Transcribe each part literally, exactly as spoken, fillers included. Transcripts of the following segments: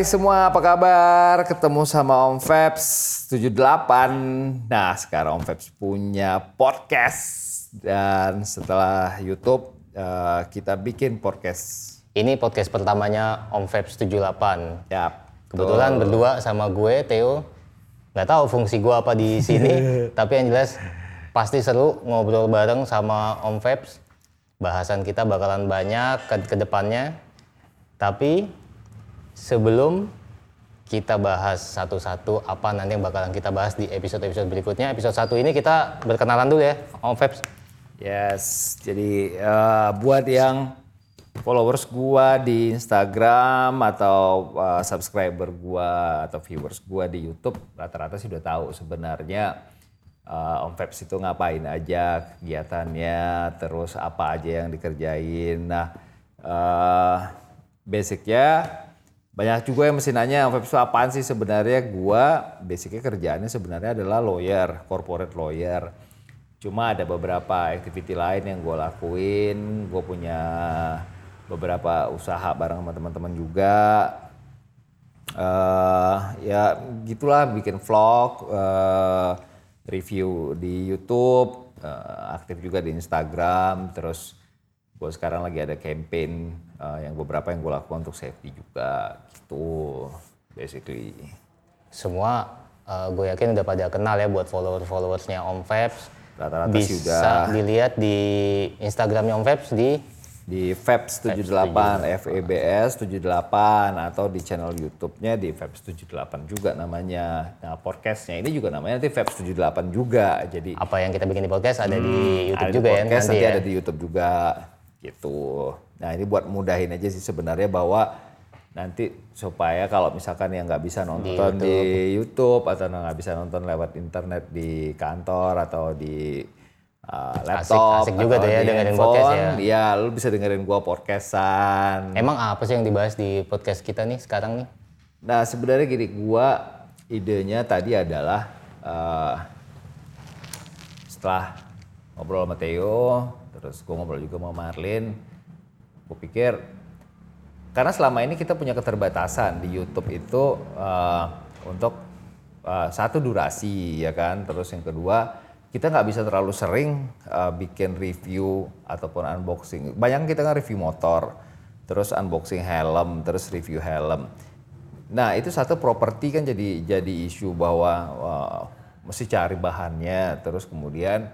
Hai semua, apa kabar? Ketemu sama Om Febs tujuh delapan. Nah, sekarang Om Febs punya podcast. Dan setelah YouTube, uh, kita bikin podcast. Ini podcast pertamanya Om Febs tujuh delapan. Yap. Kebetulan berdua sama gue, Theo. Nggak tahu fungsi gue apa di sini, tapi yang jelas pasti seru ngobrol bareng sama Om Febs. Bahasan kita bakalan banyak ke, ke depannya. Tapi sebelum kita bahas satu-satu apa nanti yang bakalan kita bahas di episode-episode berikutnya. Episode satu ini kita berkenalan dulu ya, Om Febs. Yes, jadi uh, buat yang followers gua di Instagram atau uh, subscriber gua atau viewers gua di YouTube rata-rata sih udah tahu sebenarnya uh, Om Febs itu ngapain aja kegiatannya, terus apa aja yang dikerjain. Nah, uh, basicnya banyak juga yang mesti nanya, Om Febs itu apaan sih sebenarnya? Gua basicnya kerjaannya sebenarnya adalah lawyer, corporate lawyer. Cuma ada beberapa activity lain yang gue lakuin. Gue punya beberapa usaha bareng sama teman-teman juga. Uh, ya gitulah, bikin vlog, uh, review di YouTube, uh, aktif juga di Instagram. Terus gue sekarang lagi ada campaign uh, yang beberapa yang gue lakukan untuk safety juga gitu, basically. Semua uh, gue yakin udah pada kenal ya buat follower-followersnya Om Febs. Rata-rata bisa sih udah dilihat di Instagramnya Om Febs di di Febs tujuh delapan, F E B S tujuh delapan, atau di channel YouTube-nya di Febs tujuh delapan juga namanya. Nah, podcastnya ini juga namanya nanti Febs tujuh delapan juga. Jadi apa yang kita bikin di podcast ada hmm, di YouTube ada juga di ya podcast, nanti nanti ya. ada di YouTube juga gitu. Nah, ini buat mudahin aja sih sebenarnya bahwa nanti supaya kalau misalkan yang nggak bisa nonton di YouTube. di YouTube atau nggak bisa nonton lewat internet di kantor atau di uh, laptop asik, asik juga atau tuh ya di dengerin handphone, podcast ya. Ya lu bisa dengerin gua podcastan. Emang apa sih yang dibahas di podcast kita nih sekarang nih? Nah sebenarnya gini, gua idenya tadi adalah uh, setelah ngobrol sama Theo, terus gua ngobrol juga sama Marlin, gua pikir karena selama ini kita punya keterbatasan di YouTube itu uh, untuk uh, satu durasi ya kan, terus yang kedua kita nggak bisa terlalu sering uh, bikin review ataupun unboxing. Banyak kita kan review motor, terus unboxing helm, terus review helm. Nah itu satu properti kan jadi jadi isu bahwa uh, mesti cari bahannya, terus kemudian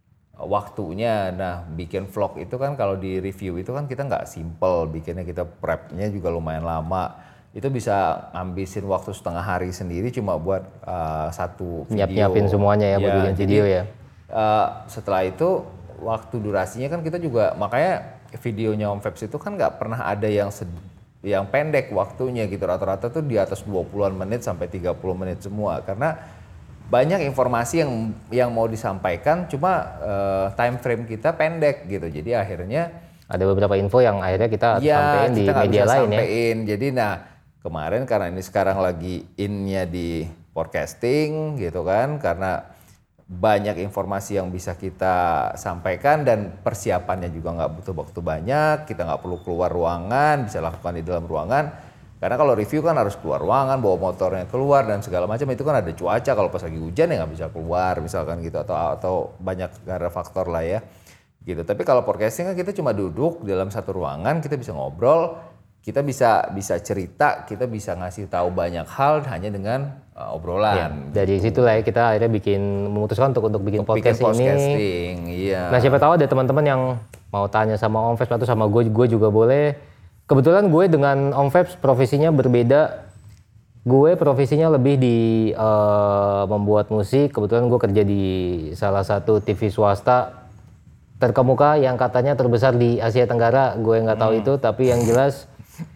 waktunya. Nah bikin vlog itu kan kalau di review itu kan kita nggak simple bikinnya, kita prepnya juga lumayan lama. Itu bisa ngambisin waktu setengah hari sendiri cuma buat uh, satu video. Nyiap-nyiapin semuanya ya, ya buat bikin video ya. Uh, setelah itu waktu durasinya kan kita juga, makanya videonya Om Febs itu kan nggak pernah ada yang sed- yang pendek waktunya gitu. Rata-rata tuh di atas dua puluhan menit sampai tiga puluh menit semua, karena banyak informasi yang yang mau disampaikan, cuma uh, time frame kita pendek gitu. Jadi akhirnya ada beberapa info yang akhirnya kita ya, sampaikan di kita media bisa lain sampein. ya. Jadi nah kemarin karena ini sekarang lagi in-nya di podcasting gitu kan, karena banyak informasi yang bisa kita sampaikan dan persiapannya juga nggak butuh waktu banyak. Kita nggak perlu keluar ruangan, bisa lakukan di dalam ruangan. Karena kalau review kan harus keluar ruangan, bawa motornya keluar dan segala macam, itu kan ada cuaca, kalau pas lagi hujan ya nggak bisa keluar misalkan gitu, atau atau banyak gara faktor lah ya gitu. Tapi kalau podcasting kan kita cuma duduk dalam satu ruangan, kita bisa ngobrol, kita bisa bisa cerita, kita bisa ngasih tahu banyak hal hanya dengan uh, obrolan. Ya, dari gitu. Situlah ya kita akhirnya bikin memutuskan untuk untuk bikin untuk podcast bikin podcasting, ini. Iya. Nah siapa tahu ada teman-teman yang mau tanya sama Om Febs atau sama gue, gue juga boleh. Kebetulan gue dengan Om Febs profesinya berbeda. Gue profesinya lebih di uh, membuat musik. Kebetulan gue kerja di salah satu T V swasta terkemuka yang katanya terbesar di Asia Tenggara. Gue nggak tahu hmm. itu, tapi yang jelas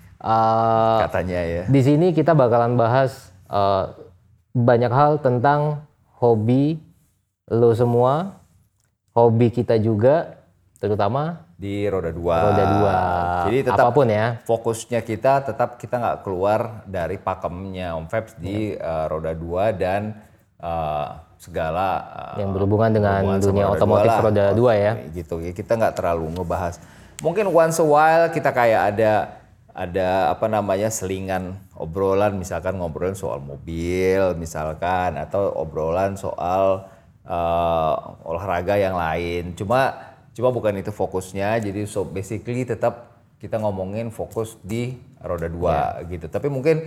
uh, katanya ya. Di sini kita bakalan bahas uh, banyak hal tentang hobi lo semua, hobi kita juga, terutama di roda dua. Roda dua. Jadi tetap apapun ya. Fokusnya kita tetap kita nggak keluar dari pakemnya Om Febs di ya. uh, roda dua dan uh, segala uh, yang berhubungan dengan berhubungan dunia otomotif roda, roda dua ya. Gitu. Kita nggak terlalu ngebahas. Mungkin once a while kita kayak ada ada apa namanya selingan obrolan misalkan ngobrolin soal mobil misalkan atau obrolan soal uh, olahraga yang lain. Cuma cuma bukan itu fokusnya. Jadi so basically tetap kita ngomongin fokus di roda dua yeah. gitu. Tapi mungkin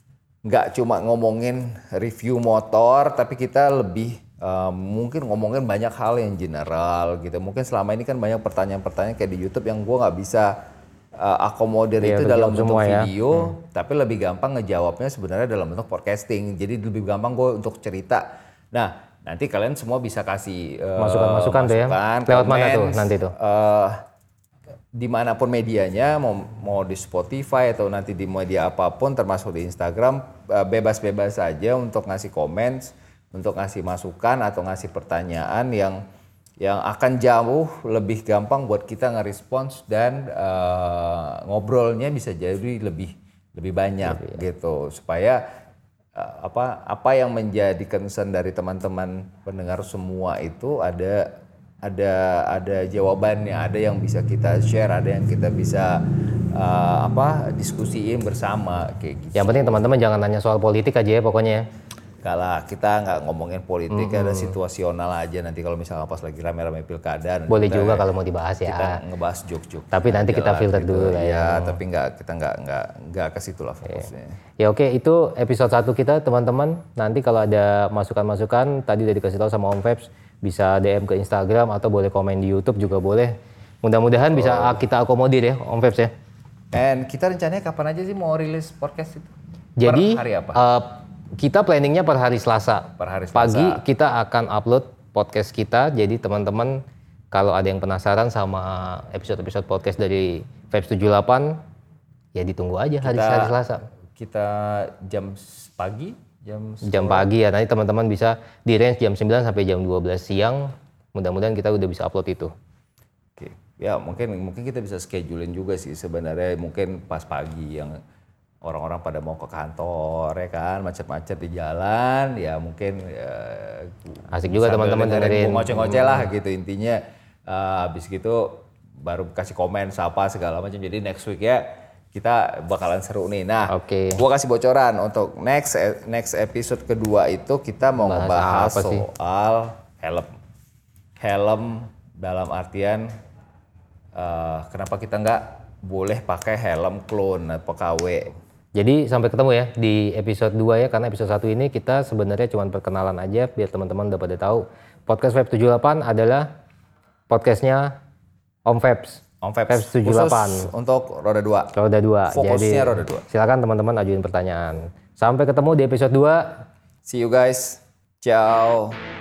nggak cuma ngomongin review motor, tapi kita lebih uh, mungkin ngomongin banyak hal yang general gitu. Mungkin selama ini kan banyak pertanyaan-pertanyaan kayak di YouTube yang gue nggak bisa uh, akomodir yeah, itu dalam bentuk video, ya. hmm. tapi lebih gampang ngejawabnya sebenarnya dalam bentuk podcasting. Jadi lebih gampang gue untuk cerita. Nah, nanti kalian semua bisa kasih uh, masukan-masukan tuh ya. Lewat mana tuh nanti tuh? Uh, dimanapun medianya, mau, mau di Spotify atau nanti di media apapun, termasuk di Instagram, uh, bebas-bebas saja untuk ngasih komen, untuk ngasih masukan atau ngasih pertanyaan yang yang akan jauh lebih gampang buat kita ngerespons dan uh, ngobrolnya bisa jadi lebih lebih banyak lebih, ya. gitu supaya uh, apa apa yang menjadi concern dari teman-teman pendengar semua itu ada ada ada jawabannya, ada yang bisa kita share, ada yang kita bisa uh, apa diskusiin bersama kayak gitu. Yang penting teman-teman jangan nanya soal politik aja ya pokoknya. Enggak lah, kita nggak ngomongin politik, mm-hmm. ada situasional aja nanti kalau misalnya pas lagi rame-rame pilkada. Boleh kita, juga kalau mau dibahas ya. Kita ngebahas juk-juk. Tapi nanti kita filter gitu, dulu lah ya. Ya, tapi nggak kita nggak nggak nggak ke situ lah fokusnya. Ya, ya oke, itu episode satu kita teman-teman. Nanti kalau ada masukan-masukan tadi udah dikasih tahu sama Om Febs, bisa D M ke Instagram atau boleh komen di YouTube juga boleh. Mudah-mudahan oh. bisa kita akomodir ya Om Febs ya. Dan kita rencananya kapan aja sih mau rilis podcast itu? Jadi per hari apa? Uh, kita planningnya per hari Selasa. Per hari Selasa. Pagi kita akan upload podcast kita. Jadi teman-teman kalau ada yang penasaran sama episode-episode podcast dari Febs tujuh puluh delapan, ya ditunggu aja hari, kita, hari Selasa. Kita jam pagi, jam jam pagi ya. Nanti teman-teman bisa di range jam sembilan sampai jam dua belas siang. Mudah-mudahan kita udah bisa upload itu. Oke. Ya, mungkin mungkin kita bisa schedulein juga sih sebenarnya, mungkin pas pagi yang orang-orang pada mau ke kantor ya kan, macet-macet di jalan, ya mungkin ya, asik juga teman-teman dengerin ngoceh-ngoceh lah gitu intinya. Uh, habis gitu baru kasih komen sapa segala macam. Jadi next week ya kita bakalan seru nih. Nah, okay. gua kasih bocoran untuk next next episode kedua itu kita mau Bahas ngebahas soal sih? helm. Helm dalam artian uh, kenapa kita nggak boleh pakai helm clone atau K W. Jadi sampai ketemu ya di episode dua ya, karena episode satu ini kita sebenarnya cuma perkenalan aja biar teman-teman udah pada tahu. Podcast Febs tujuh puluh delapan adalah podcastnya Om Febs. Om Febs, Febs tujuh puluh delapan. Untuk roda dua. Roda dua. Fokusnya Jadi, roda dua. Silakan teman-teman ajuin pertanyaan. Sampai ketemu di episode dua. See you guys. Ciao.